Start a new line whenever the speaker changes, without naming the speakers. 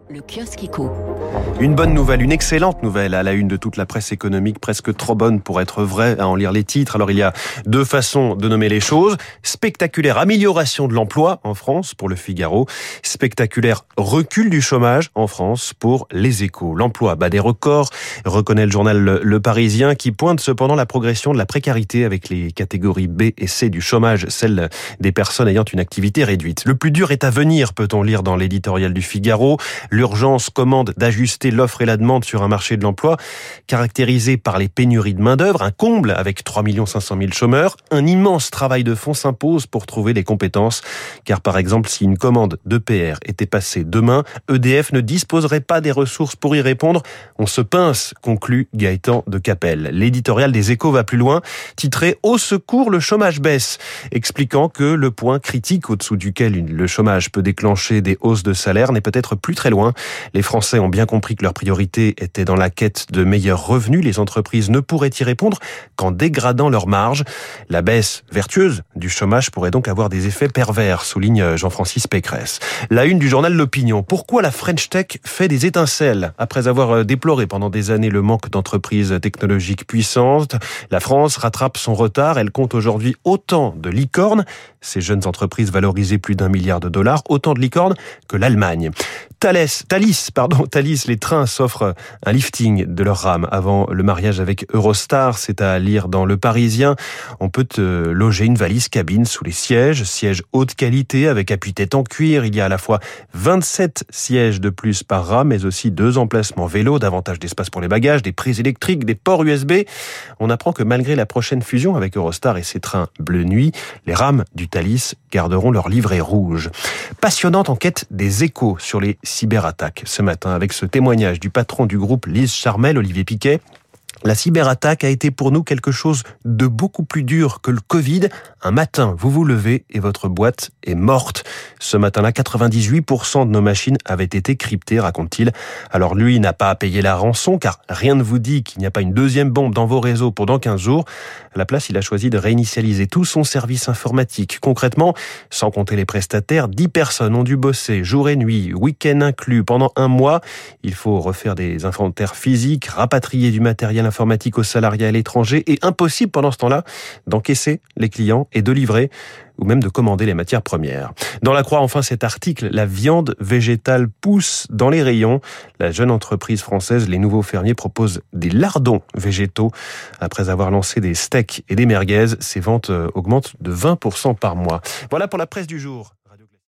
Le kiosque éco.
Une bonne nouvelle, une excellente nouvelle à la une de toute la presse économique, presque trop bonne pour être vraie à en lire les titres. Alors il y a deux façons de nommer les choses. Spectaculaire amélioration de l'emploi en France pour Le Figaro. Spectaculaire recul du chômage en France pour Les Échos. L'emploi bat des records, reconnaît le journal Le Parisien qui pointe cependant la progression de la précarité avec les catégories B et C du chômage, celle des personnes ayant une activité réduite. Le plus dur est à venir, peut-on lire dans l'éditorial du Figaro. L'urgence commande d'ajuster l'offre et la demande sur un marché de l'emploi caractérisé par les pénuries de main-d'œuvre, un comble avec 3 500 000 chômeurs. Un immense travail de fond s'impose pour trouver les compétences. Car par exemple, si une commande d'EPR était passée demain, EDF ne disposerait pas des ressources pour y répondre. On se pince, conclut Gaëtan de Capelle. L'éditorial des Échos va plus loin, titré « Au secours, le chômage baisse », expliquant que le point critique au-dessous duquel le chômage peut déclencher des hausses de salaire n'est peut-être plus très loin. Les Français ont bien compris que leur priorité était dans la quête de meilleurs revenus. Les entreprises ne pourraient y répondre qu'en dégradant leurs marges. La baisse vertueuse du chômage pourrait donc avoir des effets pervers, souligne Jean-Francis Pécresse. La une du journal L'Opinion. Pourquoi la French Tech fait des étincelles? Après avoir déploré pendant des années le manque d'entreprises technologiques puissantes, la France rattrape son retard. Elle compte aujourd'hui autant de licornes. Ces jeunes entreprises valorisées plus d'1 milliard de dollars, autant de licornes que l'Allemagne. Thalys, les trains s'offrent un lifting de leur rame avant le mariage avec Eurostar. C'est à lire dans Le Parisien. On peut loger une valise cabine sous les sièges haute qualité avec appui-tête en cuir. Il y a à la fois 27 sièges de plus par rame, mais aussi 2 emplacements vélo, davantage d'espace pour les bagages, des prises électriques, des ports USB. On apprend que malgré la prochaine fusion avec Eurostar et ses trains bleu nuit, les rames du Thalys garderont leur livret rouge. Passionnante enquête des Échos sur les cyberattaques ce matin avec ce témoignage du patron du groupe Lise Charmel, Olivier Piquet. La cyberattaque a été pour nous quelque chose de beaucoup plus dur que le Covid. Un matin, vous vous levez et votre boîte est morte. Ce matin-là, 98% de nos machines avaient été cryptées, raconte-t-il. Alors lui, il n'a pas à payer la rançon, car rien ne vous dit qu'il n'y a pas une deuxième bombe dans vos réseaux pendant 15 jours. À la place, il a choisi de réinitialiser tout son service informatique. Concrètement, sans compter les prestataires, 10 personnes ont dû bosser jour et nuit, week-end inclus, pendant 1 mois. Il faut refaire des inventaires physiques, rapatrier du matériel informatique aux salariés à l'étranger et impossible pendant ce temps-là d'encaisser les clients et de livrer ou même de commander les matières premières. Dans La Croix, enfin, cet article, la viande végétale pousse dans les rayons. La jeune entreprise française, Les Nouveaux Fermiers, propose des lardons végétaux. Après avoir lancé des steaks et des merguez, ses ventes augmentent de 20% par mois. Voilà pour la presse du jour.